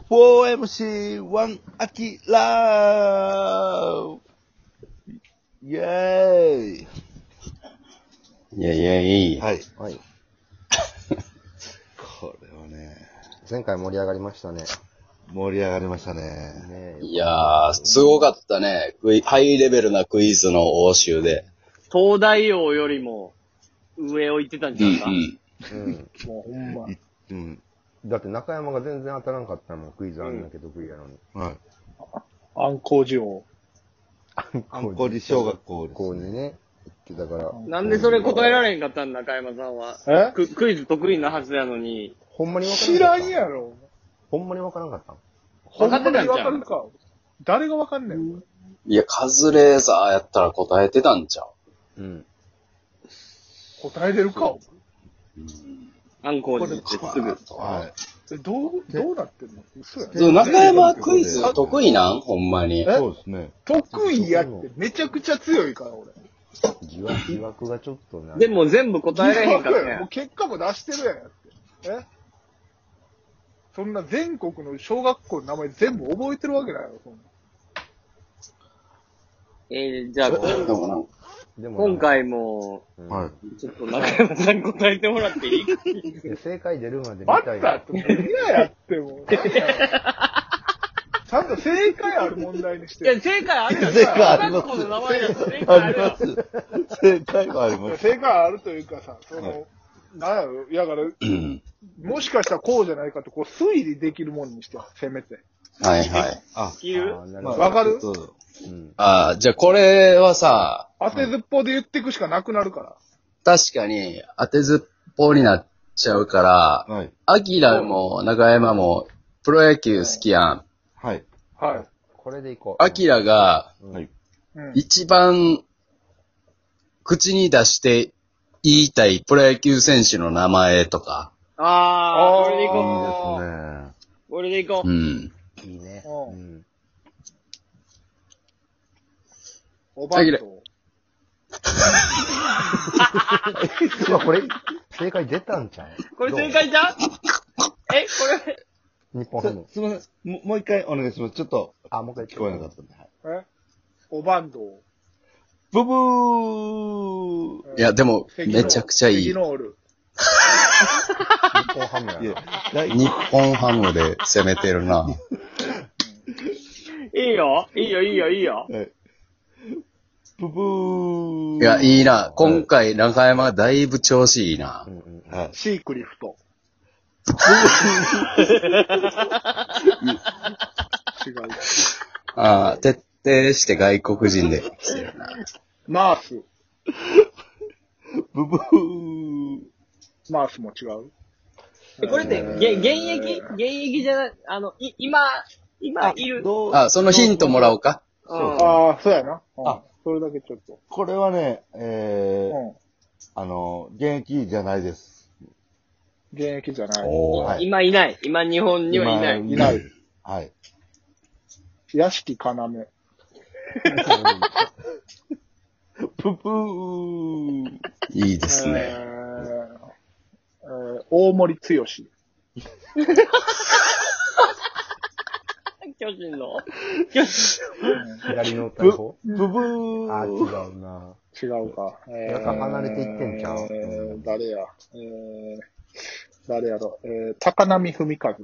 4MC1 アキラーイェーイいやいやいい。 はい。 はい。 これはね、 前回盛り上がりましたね。 盛り上がりましたね。 ねいやー、すごかったね。ハイレベルなクイズの応酬で。 東大王よりも上を行ってたんじゃんか。 うん。 もうほんま。 うん。 だって中山が全然当たらんかったもん、クイズあんだけ得意やのに。 はい。 暗光寺を。 暗光寺小学校です、ね。 こうにね、行ってたから。 なんでそれ答えられへんかったんだ、中山さんは。 えクイズ得意なはずやのに。 ほんまにわからんかった。 知らんやろ。 ほんまにわからんかったん。 分かってたんちゃうほんまにわかるか。誰がわかんねん。 いや、カズレーザーやったら答えてたんちゃう。 うん。 答えれるか。 暗光寺ってすぐ。 はい。 どうなってんの嘘やそう中山クイズ得意なんほんまに。 そうですね。 得意やってめちゃくちゃ強いから、俺。 疑惑がちょっとね。 でも全部答えられへんかったや。 もうん結果も出してるやんやって。そんな全国の小学校の名前全部覚えてるわけないよ、そんな。 じゃあ、 でも今回も、 はい。 ちょっと中山さん答えてもらっていい正解出るまで見バッたいな。 ターって何やっても。ちゃんと正解ある問題にしていや、正解あるやん。 正解あります小学校の名前だと正解あるやん。 正解はあります。 正解あるというかさ、なんやろ、やから、もしかしたらこうじゃないかって、こう推理できるもんにして、せめて。 はいはい。 わかるじゃあこれはさ、 当てずっぽうで言っていくしかなくなるから。 確かに当てずっぽうになっちゃうから、 はい。 アキラも中山もプロ野球好きやん。 はい。 はい。 これでいこう。 アキラがはい。 一番口に出して言いたいプロ野球選手の名前とか。 これでいいいこう。 ですね。 これでいこう。 いいね。 うんうん。 おばんと。 これ、正解出たんちゃう？ これ正解じゃんこれ。 日本ハム。 すみません。もう一回お願いします。ちょっと、 もう一回聞こえなかったんで。はい。 おばんと。 ブブーいや、でも、めちゃくちゃいい。 セギノール。 日本ハムやな。 日本ハムで攻めてるな。 いいよ。 はい。ブブーいや、いいな。今回中山だいぶ調子いいな。 はい。 シークリフト。違う。 徹底して外国人で来てるな。 マース。 ブブーマースも違う。 これって、現役じゃない、今いる。 そのヒントもらおうか。 そうやな。それだけちょっと。 これはね、現役じゃないです。 現役じゃない。 はい今いない。今日本にはいない。 いない。 はい。 屋敷要。 ププーいいですね。 大森剛。 巨人の左の大砲？ ブブー違うな。 違うか。 なんか離れていってんちゃう？ 誰やろ。高波文和。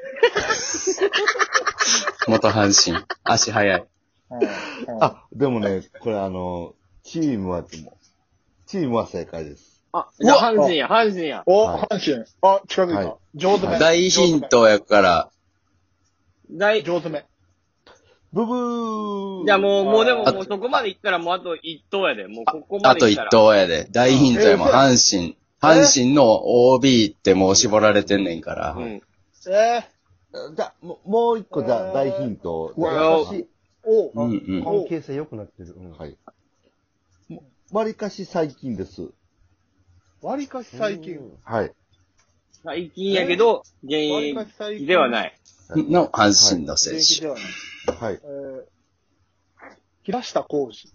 元阪神。足早い。 でもね、これチームは正解です。 じゃあ阪神や。 阪神。近づいた。上手め。 大ヒントやから。 上手め。 ブブーじゃあもうでもそこまで行ったらもうあと一投やで。もうここまあとで行ったら。 一投やで。大ヒントやもん。阪神の OB ってもう絞られてんねんから。 じゃあ、もう一個大ヒント。 関係性良くなってる。 はい。わりかし最近です。 わりかし最近。 はい。 最近やけど、現役ではない。 の阪神の選手。 現役ではない。 はい。 平下浩二。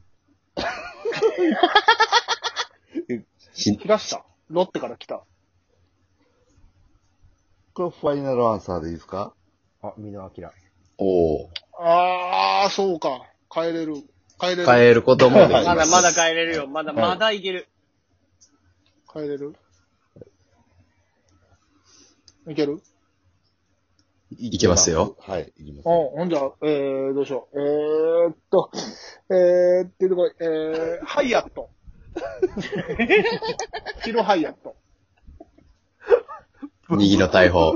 平下。ロッテから来た。 これファイナルアンサーでいいですか？ あ、美濃明。 おー。 あー、そうか。帰れる。 変えることもできます。 まだ帰れるよ。まだいける。 帰れるいけるいけますよ。 はい、いきます。 ほんじゃ、どうしよう。っていうとこ、ハイアット。白ハイアット。 右の大砲。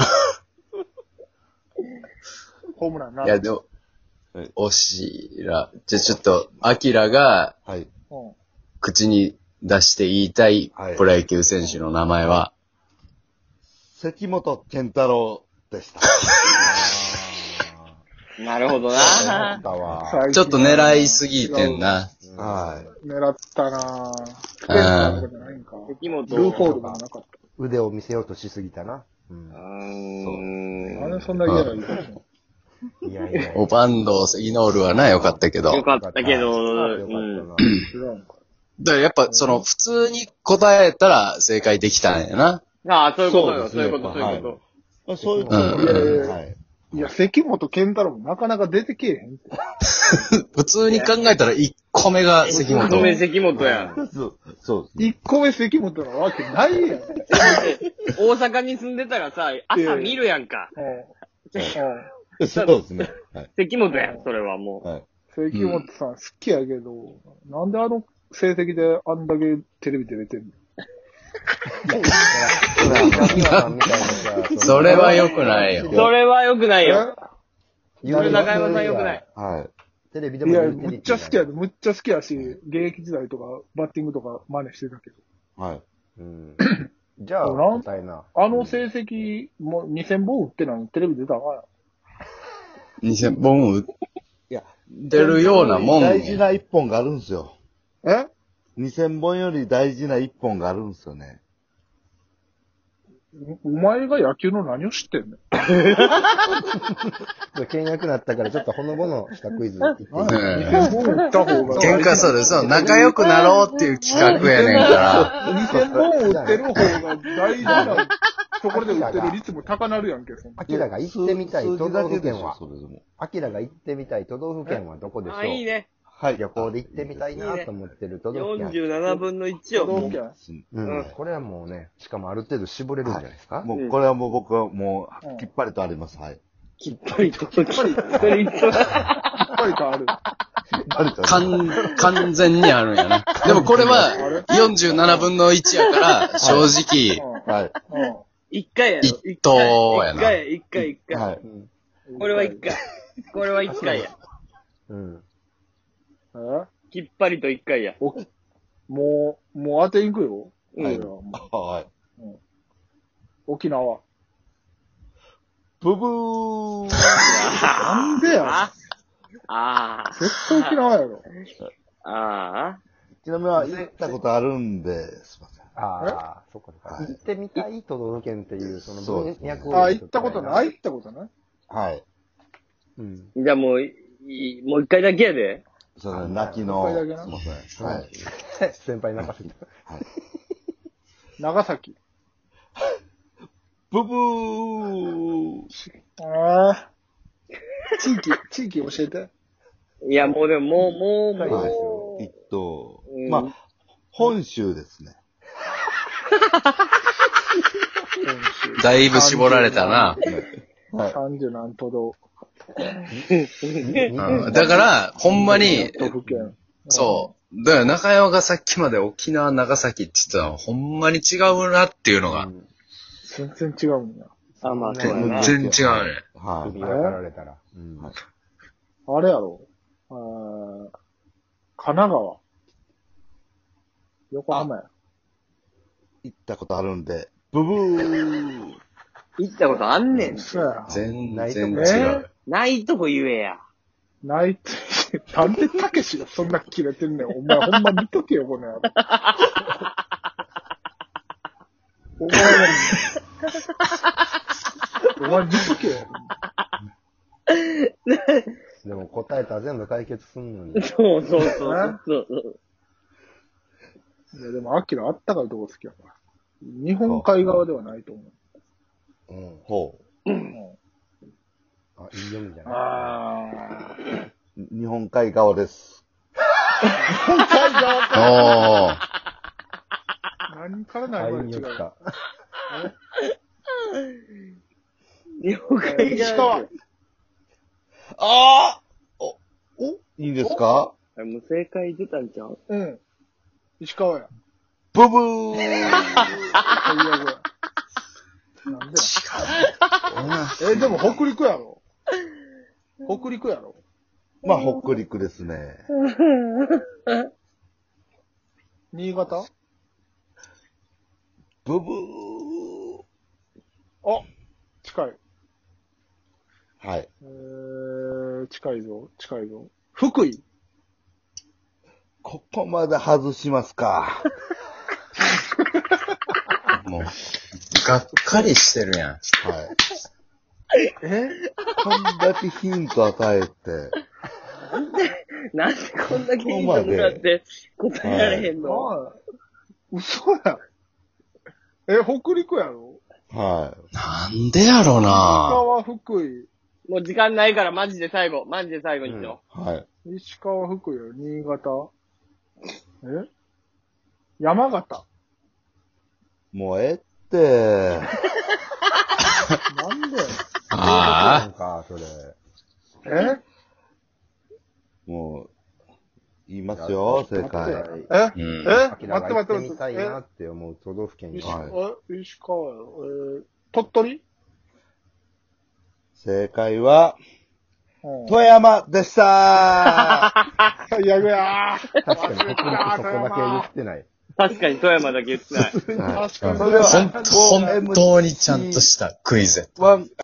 ホームランな。 いや、でもはい、 惜しいら。じゃあちょっと、アキラがはい。 うん。 口に出して言いたいはいプロ野球選手の名前は、 関本健太郎でした。 なるほどあなったわ。 最近ちょっと狙いすぎてんな。 は狙ったなぁ。スペンサーとかじゃないんか。 関本。 ルーフォールでもなかっ腕を見せようとしすぎたな。うんた。あれ、そんな嫌な言い方しない。 いやいや。 オバンド、セギノールはな、良かったけど。 よかったけど、 よかったな。 違うんか。 だからやっぱその普通に答えたら正解できたんやな。 ああ、そういうことよ。 そうですねそういうこと、そういうこい。そういうこうんとで、はい。 いや、関本健太郎もなかなか出てけえへんって。 普通に考えたら1個目がと。 関ごめん、 本。 関本や。 そうですね。 1個目関本なわけないやん。 大阪に住んでたらさ、朝見るやんか。 そうですね。はい。 関本やん、それはもはい。 関本さん好きやけど、なんであの成績であんだけテレビ出れてんのそれは良くないう。 よ。 それは良くないよ。 えそれ中山さん良くない。 はい。 テレビでいや、 もユーティリティむっちゃ好きやで、むっちゃ好きやし、現役時代とかバッティングとか真似してたけど。 はい。 うん。じゃあ、 なん答えな。 あの成績、もう2000本打ってないのにテレビ出たらあかんやん。 2000本打っいや、 てるようなもん。 大事な一本があるんですよ。 え 2000本より大事な一本があるんですよね。 お前が野球の何を知ってんの倹約なったからちょっとほのぼのしたクイズ言っていいうん 2000本打った方が。 喧嘩そうですよ。仲良くなろうっていう企画やねんから。 2000本打ってる方が大事なところで打ってる率も高なるやんけ、そんな。 アキラが行ってみたい都道府県はそれでも。 アキラが行ってみたい都道府県はどこでしょうあ、いいね。 はい。 旅行で行ってみたいなと思ってる都道府県。 47分の1よ。 都道府県うん。これはもうね、しかもある程度絞れるんじゃないですか、 もう、これはもう僕はもう、きっぱりとあります。はい。 きっぱりと。きっぱりと。 やっぱりとある。 きっぱりとあります。 完全にあるんやな。でもこれは47分の1やから、正直、 はい。 うん。 一回やろ。 一等やな一回。 はい。 これは一回。これは一回や。 うん。 えきっぱりと一回や。 もう当てに行くよ。 はい俺はもはい。 う沖縄。 ブブー。 なんでやああ。 絶対沖縄やろ。 ああ。 ちなみには行ったことあるんで、すいません。 ああ、そっかそっか。行ってみたい都道府県っていう、その文脈を。 あ、行ったことない行ったことないはい。 うん。 じゃあもう、もう一回だけやで。 その、泣きの、 これだけなすいません。はい。 先輩泣かせて。 長崎。 ブブー。 ああ。地域教えて。 いや、もうでも、もう、 はいもうんまあ、本州ですね。 だいぶ絞られたな。 はい。 30何都道うんだから、ほんまに、 都府県。 そう。だから中山がさっきまで沖縄、長崎って言ってたのは、ほんまに違うなっていうのが、 全然違うんや。 あ、まあ、そうやな。 全然違うね。 はい。 首分かられたら。うん。 あれやろ。神奈川。横浜や。 行ったことあるんで、ブブー。 行ったことあんねん。 そうや。 全ないと然こ違う。 ないとこ言えや。 ないって、なんでたけしがそんなキレてんねん。お前ほんま見とけよ、この野郎。お前見とけよ。 でも答えたら全部解決すんのに。 そう。 いや、でも、アキラあったかいとこ好きやから。日本海側ではないと思う。 うん。 ほ読みじゃない。 あ日本海側です。 北海道おー。 何から何まで違う。 日本海石川。 ああいいんですか？ もう正解出たんちゃう？ うん。石川や。 ブブー最悪や。なんでや。でも北陸やろ。北陸やろ。 まあ、北陸ですね。 新潟ブブーあ、近い。 はい。 近いぞ、近いぞ。福井ここまで外しますか。 もう、がっかりしてるやん。 はい。 えこんだけヒント与えて、 なんでこんだけヒントもらって答えられへんの？ 嘘や。北陸やろはなんでやろ石な川、福井。 もう時間ないからマジで最後にしよい。はい。 石川、福井やろ新潟。山形。 もうええって。 なんであなんか、それ。 もう、言いますよ、正解。 うん。 アキラ待って待ってが行ってみたいなって思う都道府県が。 石川やろ鳥取正解は、 うん富山でした最悪やー。 確かに北陸そこだけ言ってない。 確かに富山だけ言ってない。 はい確かに。 それでは本当にちゃんとしたクイズやった。 ワン